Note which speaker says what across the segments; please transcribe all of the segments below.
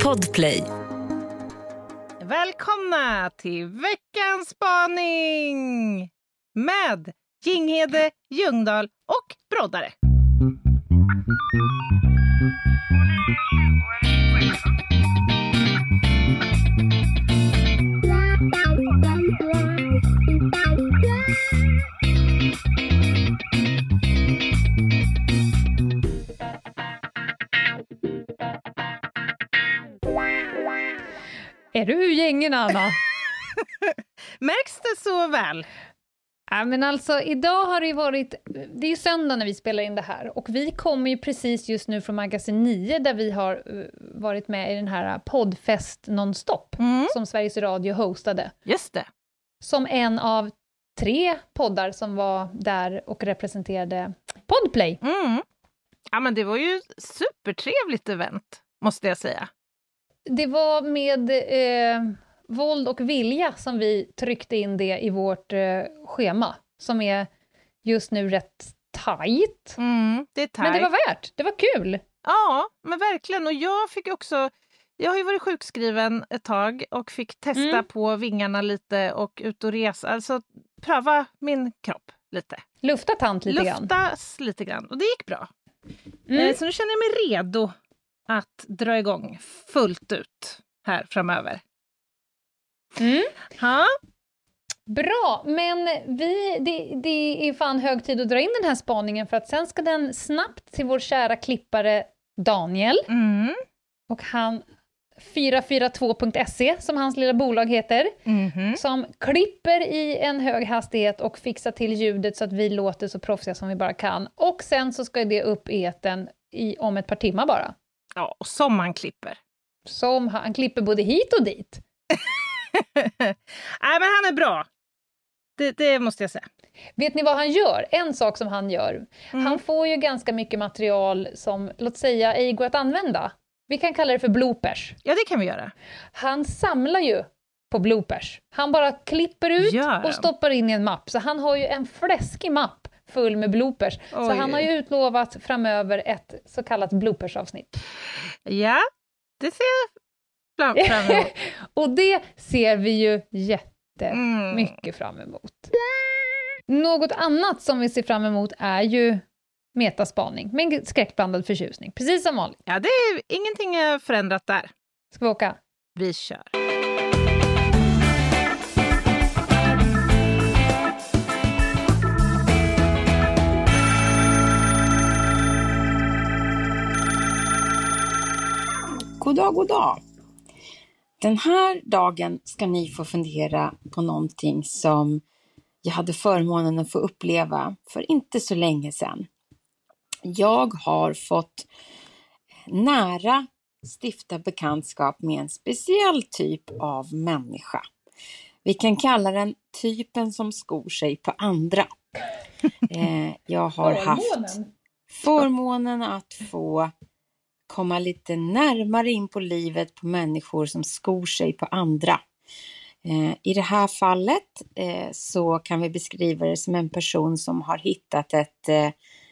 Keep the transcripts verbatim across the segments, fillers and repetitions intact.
Speaker 1: Podplay.
Speaker 2: Välkomna till veckans spaning med Jinghede, Ljungdahl och Broddare.
Speaker 3: Är du ur gängen, Anna?
Speaker 2: Märks det så väl?
Speaker 3: Ja, men alltså idag har det ju varit, det är ju söndag när vi spelar in det här och vi kommer ju precis just nu från Magasin nio där vi har varit med i den här poddfest nonstop mm. som Sveriges Radio hostade.
Speaker 2: Just det.
Speaker 3: Som en av tre poddar som var där och representerade Podplay.
Speaker 2: Mm. Ja, men det var ju supertrevligt event, måste jag säga.
Speaker 3: Det var med eh, våld och vilja som vi tryckte in det i vårt eh, schema. Som är just nu rätt tajt.
Speaker 2: Mm, det är tajt.
Speaker 3: Men det var värt, det var kul.
Speaker 2: Ja, men verkligen. Och jag fick också, jag har ju varit sjukskriven ett tag och fick testa mm. på vingarna lite och ut och resa. Alltså pröva min kropp lite.
Speaker 3: Lufta tant lite
Speaker 2: Luftas
Speaker 3: grann.
Speaker 2: Luftas lite grann. Och det gick bra.
Speaker 3: Mm.
Speaker 2: Eh, så nu känner jag mig redo att dra igång fullt ut här framöver.
Speaker 3: Mm.
Speaker 2: Ha?
Speaker 3: Bra, men vi, det, det är fan hög tid att dra in den här spaningen för att sen ska den snabbt till vår kära klippare Daniel.
Speaker 2: Mm.
Speaker 3: Och han fyra fyra två punkt se som hans lilla bolag heter.
Speaker 2: Mm.
Speaker 3: Som klipper i en hög hastighet och fixar till ljudet så att vi låter så proffsiga som vi bara kan. Och sen så ska det upp i etern i, om ett par timmar bara.
Speaker 2: Ja, och som han klipper.
Speaker 3: Som han, han klipper både hit och dit.
Speaker 2: Nej, men han är bra. Det, det måste jag säga.
Speaker 3: Vet ni vad han gör? En sak som han gör.
Speaker 2: Mm.
Speaker 3: Han får ju ganska mycket material som, låt säga, ej går att använda. Vi kan kalla det för bloopers.
Speaker 2: Ja, det kan vi göra.
Speaker 3: Han samlar ju på bloopers. Han bara klipper ut och stoppar in i en mapp. Så han har ju en fläskig mapp full med bloopers. Oj. Så han har ju utlovat framöver ett så kallat bloopersavsnitt.
Speaker 2: Ja, det ser jag fram emot.
Speaker 3: Och det ser vi ju jättemycket mm. fram emot. Något annat som vi ser fram emot är ju metaspaning med en skräckblandad förtjusning. Precis som vanligt.
Speaker 2: Ja, det är ingenting är förändrat där.
Speaker 3: Ska vi åka?
Speaker 2: Vi kör.
Speaker 4: God dag, god dag. Den här dagen ska ni få fundera på någonting som jag hade förmånen att få uppleva för inte så länge sedan. Jag har fått nära stifta bekantskap med en speciell typ av människa. Vi kan kalla den typen som skor sig på andra. Eh, jag har haft förmånen att få komma lite närmare in på livet på människor som skor sig på andra. Eh, I det här fallet eh, så kan vi beskriva det som en person som har hittat ett, eh,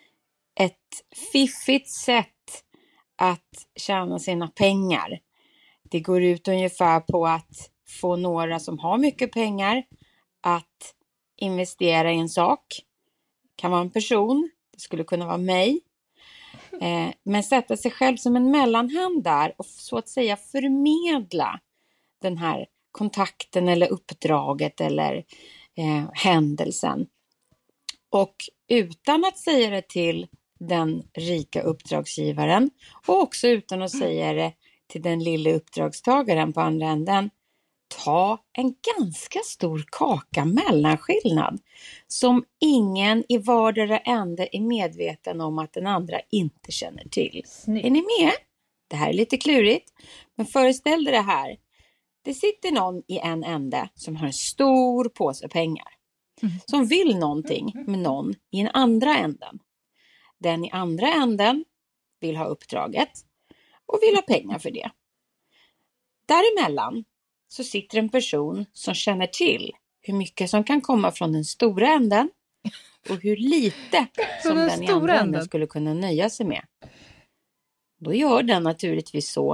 Speaker 4: ett fiffigt sätt att tjäna sina pengar. Det går ut ungefär på att få några som har mycket pengar att investera i en sak. Det kan vara en person, det skulle kunna vara mig. Eh, men sätta sig själv som en mellanhand där och så att säga förmedla den här kontakten eller uppdraget eller eh, händelsen. Och utan att säga det till den rika uppdragsgivaren och också utan att säga det till den lilla uppdragstagaren på andra änden, ta en ganska stor kaka mellanskillnad som ingen i vardera ände är medveten om att den andra inte känner till. Snyggt. Är ni med? Det här är lite klurigt, men föreställ dig det här. Det sitter någon i en ände som har en stor påse pengar. Mm. Som vill någonting med någon i en andra änden. Den i andra änden vill ha uppdraget och vill ha pengar för det. Däremellan så sitter en person som känner till hur mycket som kan komma från den stora änden och hur lite som den, den i andra änden skulle kunna nöja sig med. Då gör den naturligtvis så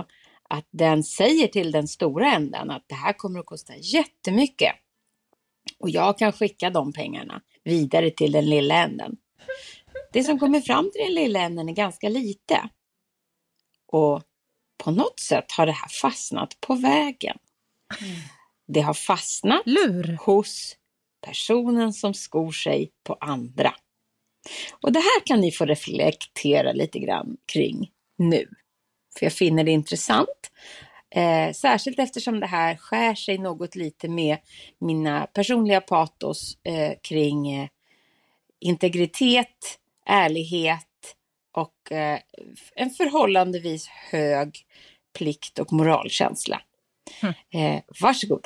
Speaker 4: att den säger till den stora änden att det här kommer att kosta jättemycket. Och jag kan skicka de pengarna vidare till den lilla änden. Det som kommer fram till den lilla änden är ganska lite. Och på något sätt har det här fastnat på vägen. Det har fastnat
Speaker 2: Lur.
Speaker 4: hos personen som skor sig på andra. Och det här kan ni få reflektera lite grann kring nu. För jag finner det intressant. Eh, särskilt eftersom det här skär sig något lite med mina personliga patos eh, kring eh, integritet, ärlighet och eh, en förhållandevis hög plikt- och moralkänsla.
Speaker 2: Mm.
Speaker 4: Eh, varsågoda.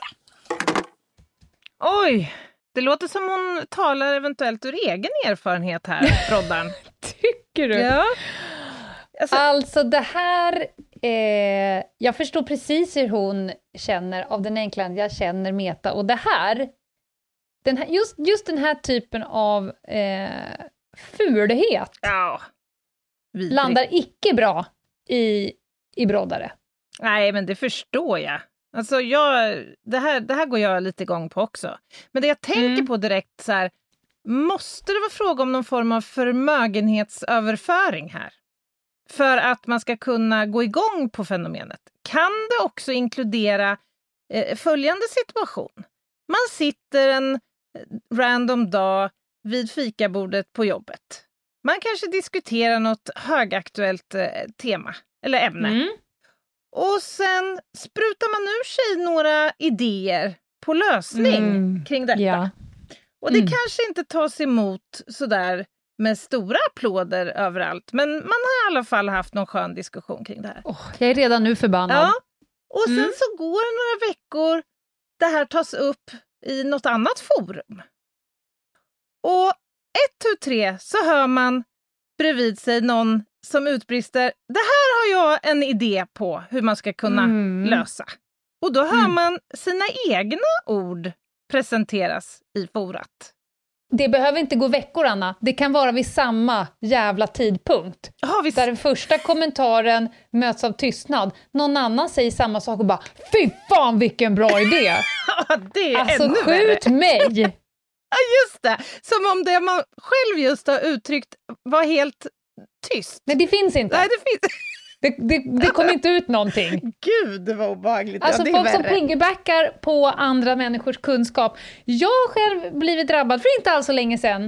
Speaker 2: Oj, det låter som hon talar eventuellt ur egen erfarenhet här, Roddan.
Speaker 3: Tycker du?
Speaker 2: Ja.
Speaker 3: Alltså, alltså det här, eh, jag förstår precis hur hon känner av den enkla, jag känner Meta. Och det här, den här just, just den här typen av eh, fulhet
Speaker 2: Ja. Vidrigt.
Speaker 3: landar icke bra i, i broddare.
Speaker 2: Nej, men det förstår jag. Alltså jag, det här, det här går jag lite igång på också. Men det jag tänker
Speaker 3: Mm.
Speaker 2: på direkt så här, måste det vara fråga om någon form av förmögenhetsöverföring här? För att man ska kunna gå igång på fenomenet. Kan det också inkludera eh, följande situation? Man sitter en random dag vid fikabordet på jobbet. Man kanske diskuterar något högaktuellt eh, tema eller ämne.
Speaker 3: Mm.
Speaker 2: Och sen sprutar man ur sig några idéer på lösning
Speaker 3: Mm.
Speaker 2: kring detta.
Speaker 3: Ja.
Speaker 2: Och det
Speaker 3: Mm.
Speaker 2: kanske inte tas emot sådär med stora applåder överallt. Men man har i alla fall haft någon skön diskussion kring det här.
Speaker 3: Oh, jag är redan nu förbannad.
Speaker 2: Ja, och sen
Speaker 3: Mm.
Speaker 2: så går det några veckor, det här tas upp i något annat forum. Och ett, tu, tre så hör man bredvid sig någon som utbrister, det här har jag en idé på hur man ska kunna
Speaker 3: Mm.
Speaker 2: lösa. Och då hör
Speaker 3: Mm.
Speaker 2: man sina egna ord presenteras i forat.
Speaker 3: Det behöver inte gå veckor, Anna. Det kan vara vid samma jävla tidpunkt.
Speaker 2: Har vi
Speaker 3: Där den första kommentaren möts av tystnad. Någon annan säger samma sak och bara, fy fan vilken bra idé!
Speaker 2: Ja, det är
Speaker 3: Alltså
Speaker 2: ännu värre.
Speaker 3: skjut mig!
Speaker 2: Ja, just det. Som om det man själv just har uttryckt var helt tyst.
Speaker 3: Nej, det finns inte.
Speaker 2: Nej, det finns...
Speaker 3: Det, det, det kommer inte ut någonting.
Speaker 2: Gud, det var obehagligt.
Speaker 3: Alltså
Speaker 2: ja, det är
Speaker 3: folk som
Speaker 2: värre.
Speaker 3: piggybackar på andra människors kunskap. Jag har själv blivit drabbad för inte alls så länge sedan.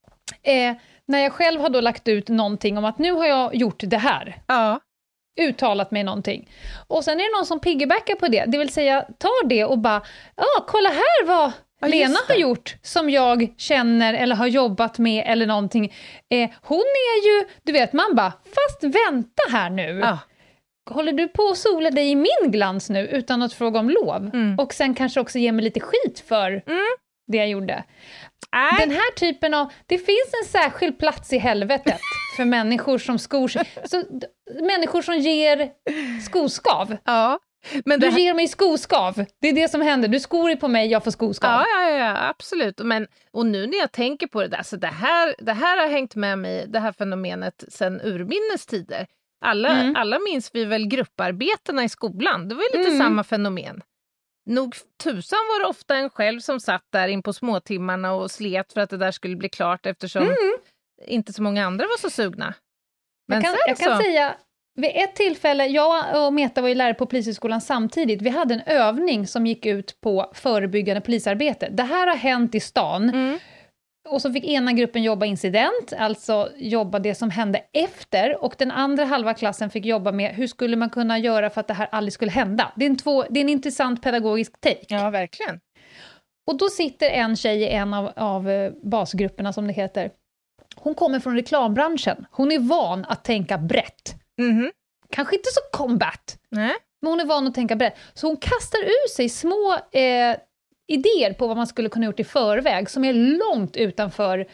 Speaker 3: Eh, när jag själv har då lagt ut någonting om att nu har jag gjort det här.
Speaker 2: Ja.
Speaker 3: Uttalat mig någonting. Och sen är det någon som piggybackar på det. Det vill säga, tar det och bara, ja, kolla här vad
Speaker 2: Ja, just
Speaker 3: Lena
Speaker 2: det.
Speaker 3: har gjort som jag känner eller har jobbat med eller någonting. Eh, hon är ju, du vet, man bara, fast vänta här nu.
Speaker 2: Ja.
Speaker 3: Håller du på att sola dig i min glans nu utan att fråga om lov?
Speaker 2: Mm.
Speaker 3: Och sen kanske också ge mig lite skit för
Speaker 2: Mm.
Speaker 3: det jag gjorde.
Speaker 2: Nej.
Speaker 3: Den här typen av, det finns en särskild plats i helvetet för människor som skor sig. Så, d- människor som ger skoskav.
Speaker 2: Ja. Men det
Speaker 3: Du
Speaker 2: här...
Speaker 3: ger mig skoskav. Det är det som händer. Du skor dig på mig, jag får skoskav.
Speaker 2: Ja, ja, ja, absolut. Men, och nu när jag tänker på det där, så det här, det här har hängt med mig, det här fenomenet sedan urminnes tider. Alla,
Speaker 3: Mm.
Speaker 2: alla minns vi väl grupparbetena i skolan. Det var ju lite
Speaker 3: Mm.
Speaker 2: samma fenomen. Nog tusan var det ofta en själv som satt där in på småtimmarna och slet för att det där skulle bli klart eftersom
Speaker 3: Mm.
Speaker 2: inte så många andra var så sugna. Men
Speaker 3: Jag kan,
Speaker 2: sen
Speaker 3: jag kan
Speaker 2: så...
Speaker 3: säga, vid ett tillfälle, jag och Meta var ju lärare på Polishögskolan samtidigt, vi hade en övning som gick ut på förebyggande polisarbete. Det här har hänt i stan.
Speaker 2: Mm.
Speaker 3: Och så fick ena gruppen jobba incident, alltså jobba det som hände efter. Och den andra halva klassen fick jobba med hur skulle man kunna göra för att det här aldrig skulle hända. Det är en, två, det är en intressant pedagogisk take.
Speaker 2: Ja, verkligen.
Speaker 3: Och då sitter en tjej i en av, av eh, basgrupperna som det heter. Hon kommer från reklambranschen. Hon är van att tänka brett.
Speaker 2: Mhm.
Speaker 3: Kanske inte så combat,
Speaker 2: Nej.
Speaker 3: men hon är van att tänka brett. Så hon kastar ur sig små eh, idéer på vad man skulle kunna gjort i förväg som är långt utanför.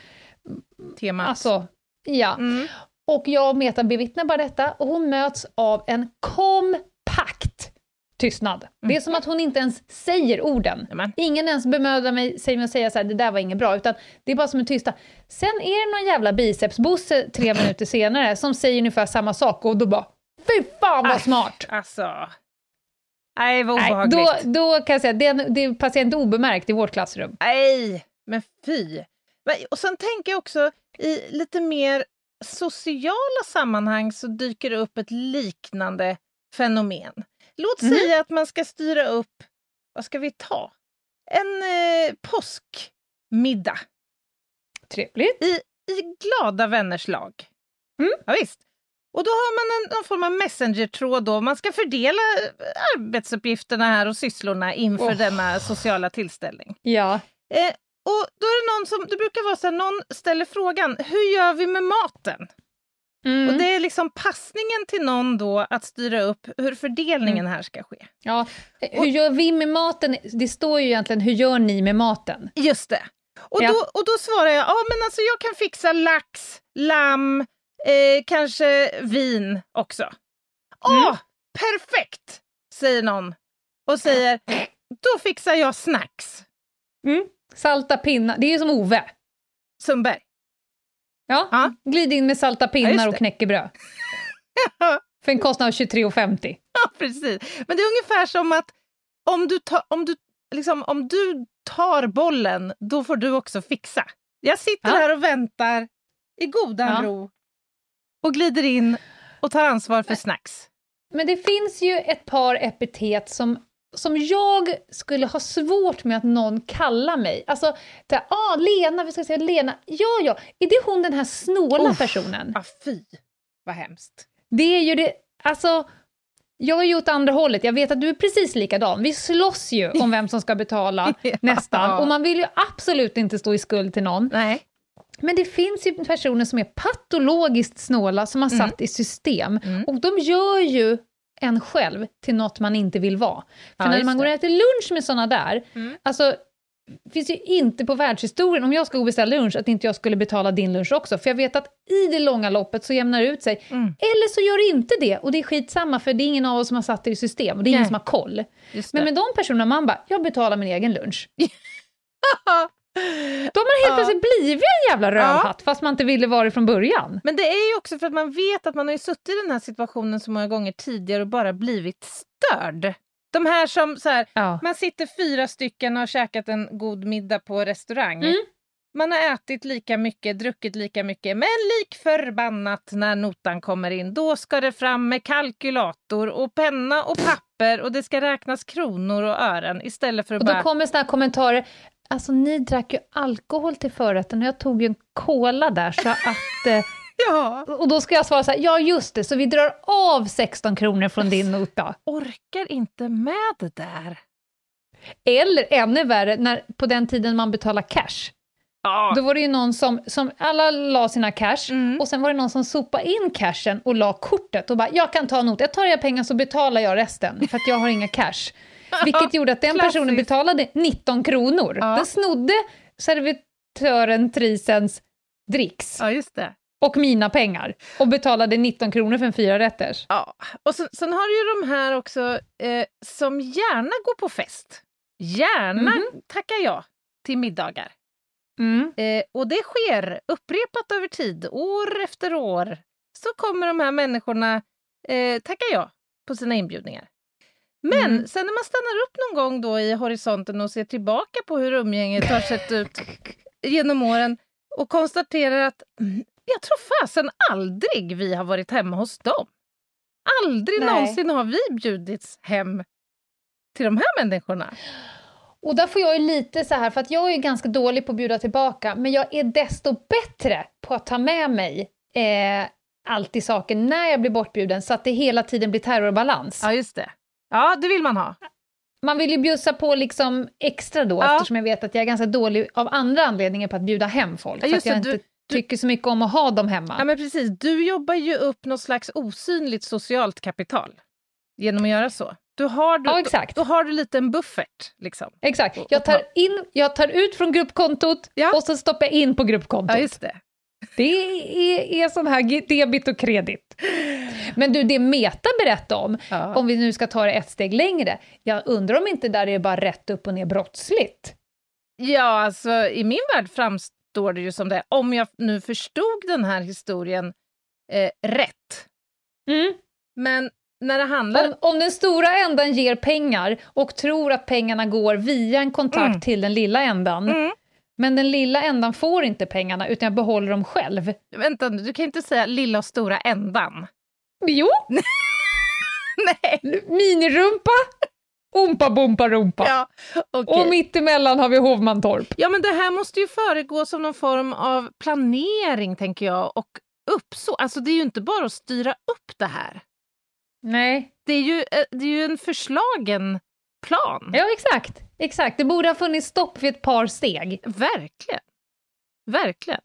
Speaker 2: Temat.
Speaker 3: Alltså, ja.
Speaker 2: Mm.
Speaker 3: Och jag och Meta bevittnar bara detta och hon möts av en kompakt tystnad. Det är som att hon inte ens säger orden.
Speaker 2: Jamen.
Speaker 3: Ingen ens bemödar mig, säger mig att säga så här, det där var inget bra, utan det är bara som en tysta. Sen är det någon jävla bicepsbosse tre minuter senare som säger ungefär samma sak och då bara, fy fan vad
Speaker 2: Aj.
Speaker 3: smart!
Speaker 2: Alltså, Nej, vad
Speaker 3: Nej,
Speaker 2: obehagligt.
Speaker 3: då, då kan jag säga, det, det passerar inte obemärkt i vårt klassrum.
Speaker 2: Nej, men fy. Men, och sen tänker jag också, i lite mer sociala sammanhang så dyker det upp ett liknande fenomen. Låt
Speaker 3: Mm.
Speaker 2: säga att man ska styra upp, vad ska vi ta? En eh, påskmiddag
Speaker 3: Trevligt.
Speaker 2: i, i glada vänners lag.
Speaker 3: Mm.
Speaker 2: Ja, visst. Och då har man en, någon form av messenger-tråd då. Man ska fördela arbetsuppgifterna här och sysslorna inför
Speaker 3: Oh.
Speaker 2: denna sociala tillställning.
Speaker 3: Ja.
Speaker 2: Eh, och då är det någon som, det brukar vara så här, någon ställer frågan, hur gör vi med maten?
Speaker 3: Mm.
Speaker 2: Och det är liksom passningen till någon då att styra upp hur fördelningen här ska ske.
Speaker 3: Ja. Hur gör vi med maten? Det står ju egentligen, hur gör ni med maten?
Speaker 2: Just det. Och,
Speaker 3: Ja.
Speaker 2: då, och då svarar jag, ja men alltså jag kan fixa lax, lamm, eh, kanske vin också. Åh,
Speaker 3: Mm.
Speaker 2: perfekt, säger någon. Och säger, då fixar jag snacks.
Speaker 3: Mm. Salta pinnar, det är ju som Ove.
Speaker 2: Sundberg.
Speaker 3: Ja,
Speaker 2: Ja.
Speaker 3: glid in med salta
Speaker 2: Ja,
Speaker 3: pinnar
Speaker 2: just
Speaker 3: och
Speaker 2: det.
Speaker 3: knäckebröd. För en kostnad av tjugotre kronor femtio.
Speaker 2: Ja, precis. Men det är ungefär som att om du, ta, om du, liksom, om du tar bollen, då får du också fixa. Jag sitter
Speaker 3: Ja.
Speaker 2: här och väntar i godan
Speaker 3: Ja.
Speaker 2: ro och glider in och tar ansvar för snacks.
Speaker 3: Men det finns ju ett par epitet som, som jag skulle ha svårt med att någon kallar mig. Alltså, ja, ah, Lena, vi ska säga Lena. Ja, ja, är det hon den här snåla
Speaker 2: Uff.
Speaker 3: personen?
Speaker 2: Ah, fy, vad hemskt.
Speaker 3: Det är ju det, alltså, jag är ju åt andra hållet. Jag vet att du är precis likadan. Vi slåss ju om vem som ska betala
Speaker 2: Ja.
Speaker 3: nästan. Och man vill ju absolut inte stå i skuld till någon.
Speaker 2: Nej.
Speaker 3: Men det finns ju personer som är patologiskt snåla som har
Speaker 2: Mm.
Speaker 3: satt i system.
Speaker 2: Mm.
Speaker 3: Och de gör ju en själv till något man inte vill vara. För
Speaker 2: Ja,
Speaker 3: när
Speaker 2: just
Speaker 3: man går
Speaker 2: det.
Speaker 3: och äter lunch med såna där,
Speaker 2: Mm.
Speaker 3: alltså finns ju inte på världshistorien, om jag ska gå och beställa lunch, att inte jag skulle betala din lunch också. För jag vet att i det långa loppet så jämnar det ut sig.
Speaker 2: Mm.
Speaker 3: Eller så gör det inte det. Och det är skitsamma, för det är ingen av oss som har satt det i system. Och det är ingen
Speaker 2: Nej.
Speaker 3: som har koll.
Speaker 2: Just
Speaker 3: Men
Speaker 2: det.
Speaker 3: med de personerna, man bara, jag betalar min egen lunch. De har helt
Speaker 2: Ja.
Speaker 3: plötsligt blivit en jävla rövhatt, fast man inte ville vara det från början.
Speaker 2: Men det är ju också för att man vet att man har ju suttit i den här situationen så många gånger tidigare och bara blivit störd. De här som så här,
Speaker 3: Ja.
Speaker 2: man sitter fyra stycken och har käkat en god middag på restaurang.
Speaker 3: Mm.
Speaker 2: Man har ätit lika mycket, druckit lika mycket, men lik förbannat när notan kommer in. Då ska det fram med kalkylator och penna och papper och det ska räknas kronor och ören istället för att
Speaker 3: Och då
Speaker 2: bara...
Speaker 3: kommer såna här kommentarer, alltså ni drack ju alkohol till förrätten och jag tog ju en cola där så att... Eh,
Speaker 2: Ja,
Speaker 3: och då ska jag svara så här, ja just det, så vi drar av sexton kronor från din nota.
Speaker 2: orkar inte med det där.
Speaker 3: Eller ännu värre, när, på den tiden man betalar cash.
Speaker 2: Ja.
Speaker 3: Då var det ju någon som, som alla la sina cash
Speaker 2: Mm.
Speaker 3: och sen var det någon som sopade in cashen och la kortet och bara, jag kan ta not, jag tar era pengar så betalar jag resten för att jag har inga cash. Vilket gjorde att den
Speaker 2: Klassiskt.
Speaker 3: personen betalade nitton kronor.
Speaker 2: Ja.
Speaker 3: Den snodde servitören Trisens dricks
Speaker 2: Ja, just det.
Speaker 3: och mina pengar och betalade nitton kronor för en fyra rätters.
Speaker 2: Ja, och sen, sen har du ju de här också eh, som gärna går på fest. Gärna
Speaker 3: Mhm.
Speaker 2: tackar jag till middagar.
Speaker 3: Mm.
Speaker 2: Eh, och det sker upprepat över tid, år efter år. Så kommer de här människorna eh, tacka ja på sina inbjudningar. Men
Speaker 3: Mm.
Speaker 2: sen när man stannar upp någon gång då i horisonten och ser tillbaka på hur umgänget har sett ut genom åren och konstaterar att mm, jag tror fasen aldrig vi har varit hemma hos dem. Aldrig
Speaker 3: Nej.
Speaker 2: någonsin har vi bjudits hem till de här människorna.
Speaker 3: Och där får jag ju lite så här, för att jag är ju ganska dålig på att bjuda tillbaka, men jag är desto bättre på att ta med mig eh, allt i saken när jag blir bortbjuden, så att det hela tiden blir terrorbalans.
Speaker 2: Ja, just det. Ja, det vill man ha.
Speaker 3: Man vill ju bjussa på liksom extra då,
Speaker 2: Ja.
Speaker 3: eftersom jag vet att jag är ganska dålig av andra anledningar på att bjuda hem folk.
Speaker 2: Ja,
Speaker 3: för
Speaker 2: just
Speaker 3: att jag
Speaker 2: det,
Speaker 3: inte
Speaker 2: du-
Speaker 3: tycker så mycket om att ha dem hemma.
Speaker 2: Ja, men precis. Du jobbar ju upp något slags osynligt socialt kapital genom att göra så. Du har, du,
Speaker 3: Ja, exakt.
Speaker 2: Då, då har du lite en buffert. Liksom.
Speaker 3: Exakt.
Speaker 2: Och-
Speaker 3: Jag
Speaker 2: och
Speaker 3: tar, in, jag tar ut från gruppkontot
Speaker 2: Ja.
Speaker 3: och så stoppar jag in på gruppkontot.
Speaker 2: Ja, just det.
Speaker 3: Det är, är sån här ge- debit och kredit. Men du, det Meta berättar om,
Speaker 2: Ja.
Speaker 3: om vi nu ska ta det ett steg längre, jag undrar om inte där det är bara rätt upp och ner brottsligt.
Speaker 2: Ja, alltså i min värld framstår det ju som det. Om jag nu förstod den här historien eh, rätt.
Speaker 3: Mm.
Speaker 2: Men när det handlar...
Speaker 3: Om, om den stora ändan ger pengar och tror att pengarna går via en kontakt mm. till den lilla ändan, mm. men den lilla ändan får inte pengarna utan jag behåller dem själv.
Speaker 2: Vänta, du kan inte säga lilla och stora ändan.
Speaker 3: Jo!
Speaker 2: Nej.
Speaker 3: Minirumpa, ompa bompa rumpa.
Speaker 2: Ja, okay.
Speaker 3: Och mittemellan har vi Hovmantorp.
Speaker 2: Ja, men det här måste ju föregå som någon form av planering, tänker jag, och uppså. Alltså det är ju inte bara att styra upp det här.
Speaker 3: Nej.
Speaker 2: Det är ju, det är ju en förslagen plan.
Speaker 3: Ja, exakt. Exakt. Det borde ha funnits stopp vid ett par steg.
Speaker 2: Verkligen. Verkligen.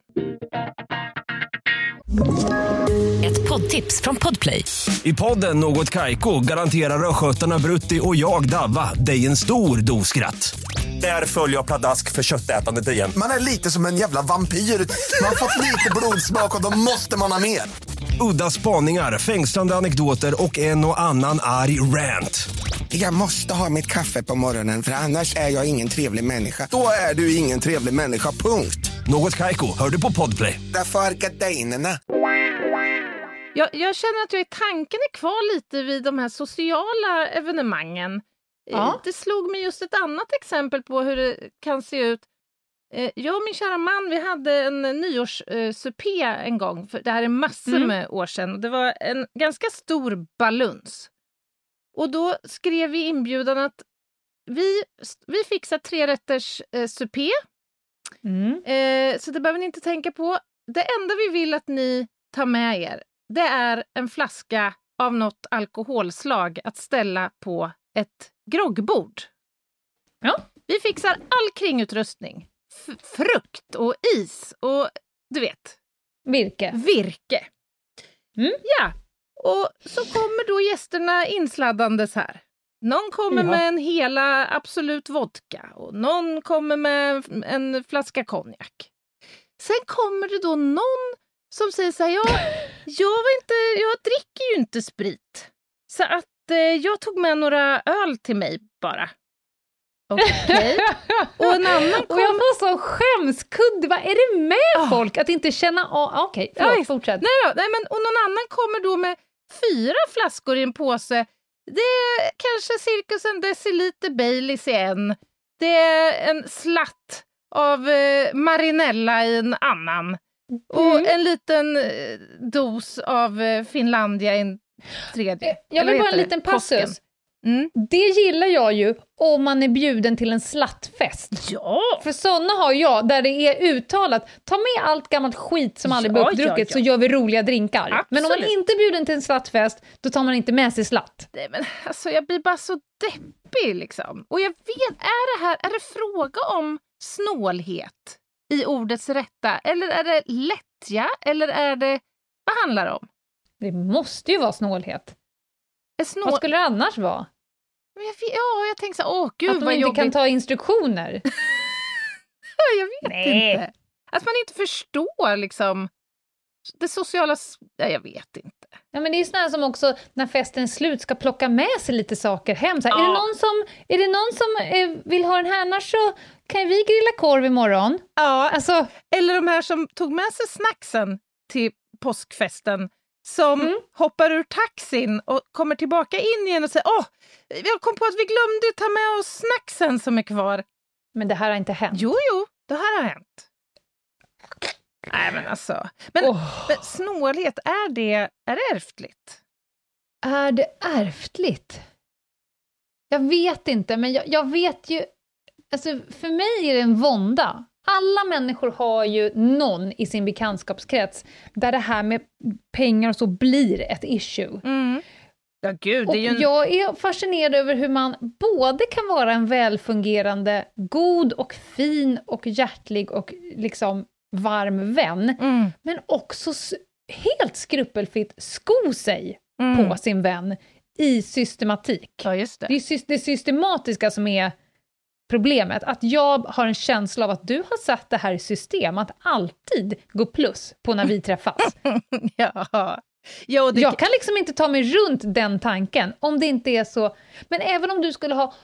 Speaker 1: Ett poddtips från Podplay.
Speaker 5: I podden Något Kaiko garanterar röskötarna Brutti och jag Davva dig en stor doskratt. Där följer jag pladask för köttätandet igen.
Speaker 6: Man är lite som en jävla vampyr. Man har fått lite blodsmak och då måste man ha mer.
Speaker 5: Udda spaningar, fängslande anekdoter och en och annan arg rant.
Speaker 6: Jag måste ha mitt kaffe på morgonen för annars är jag ingen trevlig människa. Då är du ingen trevlig människa, punkt.
Speaker 5: Något Kaiko, hör du på Podplay.
Speaker 6: Därför är gardinerna.
Speaker 2: Jag, jag känner att jag i tanken är kvar lite vid de här sociala evenemangen. Ja. Det slog mig just ett annat exempel på hur det kan se ut. Jag och min kära man, vi hade en nyårssupé en gång. För det här är massor mm. med år sedan. Det var en ganska stor baluns. Och då skrev vi inbjudan att vi, vi fixar tre rätters eh, supé. Mm. Eh, så det behöver ni inte tänka på. Det enda vi vill att ni tar med er, det är en flaska av något alkoholslag att ställa på ett groggbord.
Speaker 3: Ja.
Speaker 2: Vi fixar all kringutrustning. F- frukt och is och du vet.
Speaker 3: Virke.
Speaker 2: Virke.
Speaker 3: Mm.
Speaker 2: Ja. Och så kommer då gästerna insladdandes här. Någon kommer ja. med en hela Absolut vodka och någon kommer med en flaska konjak. Sen kommer det då någon som säger så här, ja, jag, var inte, jag dricker ju inte sprit. Så att eh, jag tog med några öl till mig bara. Okej. Okay. Och en annan kom...
Speaker 3: Och jag får så skämskudde. Vad är det med oh. folk att inte känna... Oh, Okej, okay. förlåt, fortsätt.
Speaker 2: Nej, då, nej, men, och någon annan kommer då med fyra flaskor i en påse. Det är kanske cirkus en deciliter Baileys i en. Det är en slatt av eh, marinella i en annan. Mm. Och en liten eh, dos av eh, Finlandia i en tredje.
Speaker 3: Jag vill bara en liten passus. Mm. Det gillar jag ju om man är bjuden till en slattfest.
Speaker 2: Ja.
Speaker 3: För sådana har jag där det är uttalat, ta med allt gammalt skit som aldrig blir
Speaker 2: ja,
Speaker 3: uppdrucket
Speaker 2: ja, ja.
Speaker 3: så gör vi roliga drinkar.
Speaker 2: Absolut.
Speaker 3: Men om man inte är bjuden till en slattfest, då tar man inte med sig slatt.
Speaker 2: Nej, men alltså jag blir bara så deppig liksom. Och jag vet, är det här, är det fråga om snålhet i ordets rätta? Eller är det lättja? Eller är det, vad handlar det om?
Speaker 3: Det måste ju vara snålhet.
Speaker 2: Snål... Vad
Speaker 3: skulle det annars vara?
Speaker 2: Men jag, ja, jag tänkte så, åh gud
Speaker 3: att de
Speaker 2: vad
Speaker 3: inte
Speaker 2: jobbigt.
Speaker 3: kan ta instruktioner.
Speaker 2: Jag vet
Speaker 3: Nej.
Speaker 2: inte. Att man inte förstår liksom det sociala, ja, jag vet inte.
Speaker 3: Ja, men det är ju sådär som också när festen är slut ska plocka med sig lite saker hem. Så här,
Speaker 2: ja.
Speaker 3: Är det någon som, är det någon som eh, vill ha den här, annars så kan vi grilla korv imorgon.
Speaker 2: Ja,
Speaker 3: alltså,
Speaker 2: eller de här som tog med sig snacksen till påskfesten. Som mm. hoppar ur taxin och kommer tillbaka in igen och säger åh, jag kom på att vi glömde ta med oss snacksen som är kvar.
Speaker 3: Men det här har inte hänt.
Speaker 2: Jo, jo, det här har hänt. Nej, men alltså. Men, oh. men snålhet, är det, är det ärftligt?
Speaker 3: Är det ärftligt? Jag vet inte, men jag, jag vet ju... Alltså, för mig är det en vånda. Alla människor har ju någon i sin bekantskapskrets där det här med pengar och så blir ett issue.
Speaker 2: Mm. Ja, gud, det är ju en...
Speaker 3: Och jag är fascinerad över hur man både kan vara en välfungerande, god och fin och hjärtlig och liksom varm vän, mm. men också helt skrupelfritt sko sig mm. på sin vän i systematik.
Speaker 2: Ja, just det.
Speaker 3: Det är det systematiska som är problemet. Att jag har en känsla av att du har satt det här i system, att alltid gå plus på när vi träffas.
Speaker 2: Ja. Jo, det...
Speaker 3: Jag kan liksom inte ta mig runt den tanken om det inte är så. Men även om du skulle ha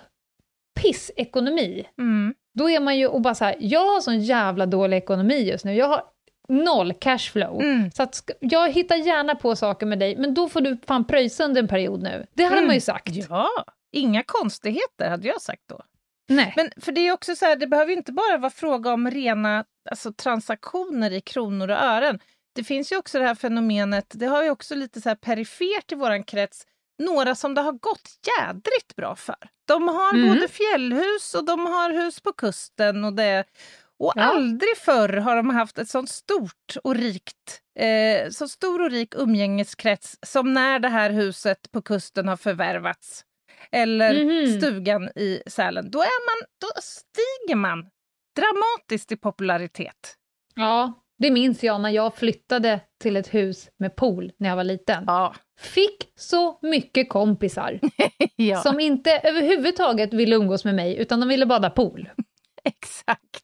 Speaker 3: pissekonomi, mm. då är man ju och bara så här, jag har sån jävla dålig ekonomi just nu. Jag har noll cashflow.
Speaker 2: Mm.
Speaker 3: Så att sk- jag hittar gärna på saker med dig, men då får du fan pröjsa under en period nu. Det hade
Speaker 2: Mm.
Speaker 3: man ju sagt.
Speaker 2: Ja, inga konstigheter hade jag sagt då.
Speaker 3: Nej.
Speaker 2: Men för det är också så här, det behöver ju inte bara vara fråga om rena alltså, transaktioner i kronor och ören. Det finns ju också det här fenomenet, det har ju också lite så här perifert i våran krets, några som det har gått jädrigt bra för. De har
Speaker 3: Mm.
Speaker 2: både fjällhus och de har hus på kusten och det. Och
Speaker 3: Ja.
Speaker 2: aldrig förr har de haft ett sånt stort och rikt, eh, så stor och rik umgängeskrets som när det här huset på kusten har förvärvats. Eller
Speaker 3: Mhm.
Speaker 2: stugan i Sälen. Då, är man, då stiger man dramatiskt i popularitet.
Speaker 3: Ja, det minns jag när jag flyttade till ett hus med pool när jag var liten.
Speaker 2: Ja.
Speaker 3: Fick så mycket kompisar
Speaker 2: ja.
Speaker 3: som inte överhuvudtaget ville umgås med mig, utan de ville bada pool.
Speaker 2: Exakt.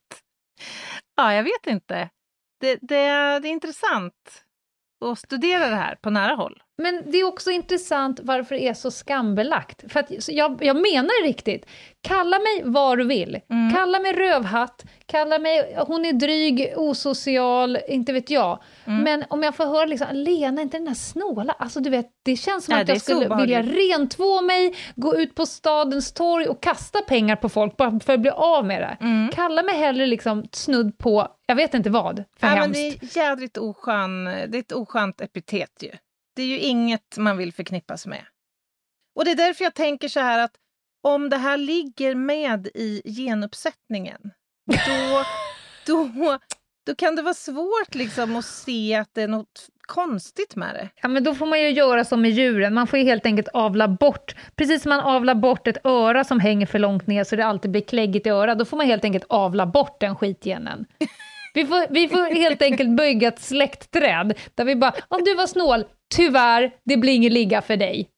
Speaker 2: Ja, jag vet inte. Det, det, det är intressant att studera det här på nära håll.
Speaker 3: Men det är också intressant varför det är så skambelagt. För att jag, jag menar riktigt. Kalla mig vad du vill.
Speaker 2: Mm.
Speaker 3: Kalla mig rövhatt. Kalla mig, hon är dryg, osocial, inte vet jag.
Speaker 2: Mm.
Speaker 3: Men om jag får höra liksom, Lena, inte den där snåla. Alltså du vet, det känns som
Speaker 2: Ja,
Speaker 3: att
Speaker 2: det är
Speaker 3: jag
Speaker 2: så
Speaker 3: skulle
Speaker 2: obehagligt.
Speaker 3: vilja rentvå mig, gå ut på stadens torg och kasta pengar på folk bara för att bli av med det.
Speaker 2: Mm.
Speaker 3: Kalla mig hellre liksom snudd på, jag vet inte vad, för
Speaker 2: Ja, men
Speaker 3: hemskt.
Speaker 2: det är jädrigt oskön, det är ett oskönt epitet ju. Det är ju inget man vill förknippas med. Och det är därför jag tänker så här att om det här ligger med i genuppsättningen, då, då, då kan det vara svårt liksom att se att det är något konstigt med det.
Speaker 3: Ja, men då får man ju göra som med djuren. Man får ju helt enkelt avla bort. Precis som man avlar bort ett öra som hänger för långt ner så det alltid blir kläggigt i örat. Då får man helt enkelt avla bort den skitgenen. Vi får, vi får helt enkelt bygga ett släktträd där vi bara, om du var snål, tyvärr, det blir ingen ligga för dig.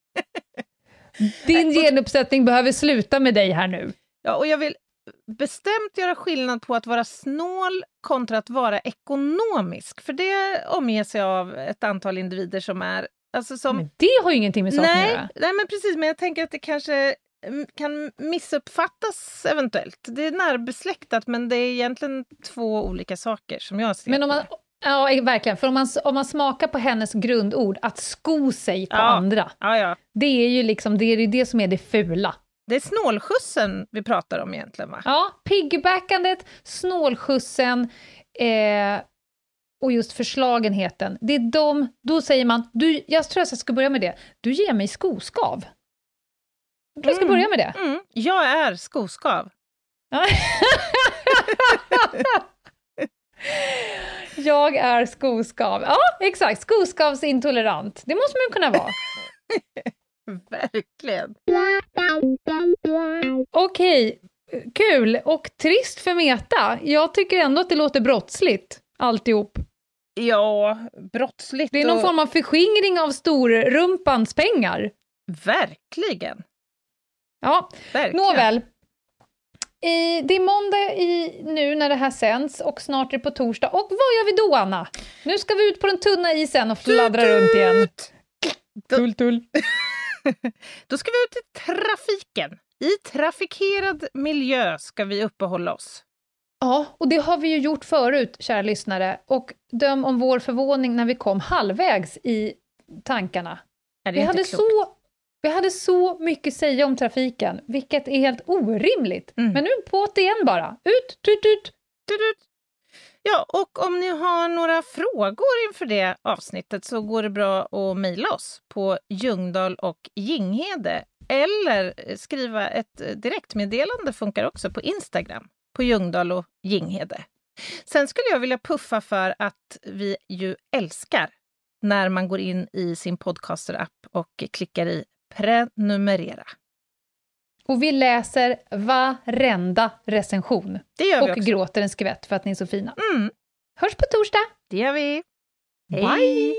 Speaker 3: Din genuppsättning behöver sluta med dig här nu.
Speaker 2: Ja, och jag vill bestämt göra skillnad på att vara snål kontra att vara ekonomisk. För det omges jag av ett antal individer som är... Alltså som,
Speaker 3: Men det har ju ingenting med saken att
Speaker 2: nej,
Speaker 3: göra.
Speaker 2: nej, men precis. Men jag tänker att det kanske mm, kan missuppfattas eventuellt. Det är närbesläktat, men det är egentligen två olika saker som jag ser
Speaker 3: Men om
Speaker 2: på
Speaker 3: man,
Speaker 2: det.
Speaker 3: ja, verkligen. För om man, om man smakar på hennes grundord, att sko sig på
Speaker 2: Ja.
Speaker 3: andra,
Speaker 2: Ja, ja.
Speaker 3: det är ju liksom det, är ju det som är det fula.
Speaker 2: Det är snålskjutsen vi pratar om egentligen, va?
Speaker 3: Ja, piggybackandet, snålskjutsen eh, och just förslagenheten. Det är de, då säger man, du, jag tror att jag ska börja med det, du ger mig skoskav. Jag tror jag ska
Speaker 2: Mm.
Speaker 3: börja med det.
Speaker 2: Mm. Jag är skoskav.
Speaker 3: Jag är skoskav. Ja, exakt. Skoskavsintolerant. Det måste man ju kunna vara.
Speaker 2: Verkligen.
Speaker 3: Okej, kul och trist för Meta. Jag tycker ändå att det låter brottsligt, alltihop.
Speaker 2: Ja, brottsligt.
Speaker 3: Det är någon
Speaker 2: och...
Speaker 3: form av förskingring av storrumpans pengar.
Speaker 2: Verkligen.
Speaker 3: Ja,
Speaker 2: Verkligen.
Speaker 3: nåväl. I, det är måndag i, nu när det här sänds och snart är det på torsdag. Och vad gör vi då, Anna? Nu ska vi ut på den tunna isen och fladdra runt igen. Tull, tull.
Speaker 2: Då ska vi ut i trafiken. I trafikerad miljö ska vi uppehålla oss.
Speaker 3: Ja, och det har vi ju gjort förut, kära lyssnare. Och döm om vår förvåning när vi kom halvvägs i tankarna.
Speaker 2: Är det
Speaker 3: Vi
Speaker 2: inte
Speaker 3: hade,
Speaker 2: klokt?
Speaker 3: så, vi hade så mycket att säga om trafiken, vilket är helt orimligt.
Speaker 2: Mm.
Speaker 3: Men nu på det igen bara. Ut, ut, ut.
Speaker 2: Tut, tut. Ja, och om ni har några frågor inför det avsnittet så går det bra att mejla oss på Ljungdahl och Ginghede. Eller skriva ett direktmeddelande, funkar också på Instagram, på Ljungdahl och Ginghede. Sen skulle jag vilja puffa för att vi ju älskar när man går in i sin podcaster-app och klickar i prenumerera.
Speaker 3: Och vi läser varenda recension.
Speaker 2: Det gör vi
Speaker 3: Och
Speaker 2: också.
Speaker 3: gråter en skvätt för att ni är så fina.
Speaker 2: Mm,
Speaker 3: Hörs på torsdag.
Speaker 2: det gör vi. Hej!
Speaker 3: Bye!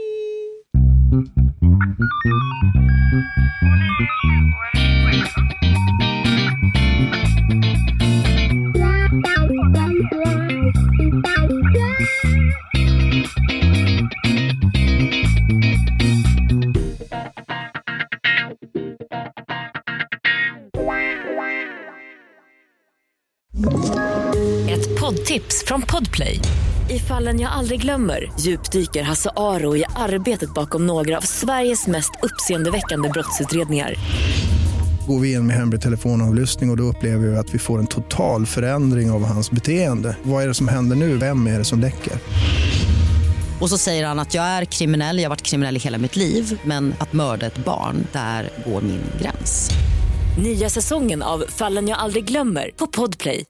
Speaker 1: Ett poddtips från Podplay.
Speaker 7: I Fallen jag aldrig glömmer djupdyker Hasse Aro i arbetet bakom några av Sveriges mest uppseendeväckande brottsutredningar.
Speaker 8: Går vi in med hemlig telefonavlyssning och, och då upplever vi att vi får en total förändring av hans beteende. Vad är det som händer nu? Vem är det som läcker?
Speaker 9: Och så säger han att jag är kriminell, jag har varit kriminell i hela mitt liv. Men att mörda ett barn, där går min gräns.
Speaker 7: Nya säsongen av Fallen jag aldrig glömmer på Podplay.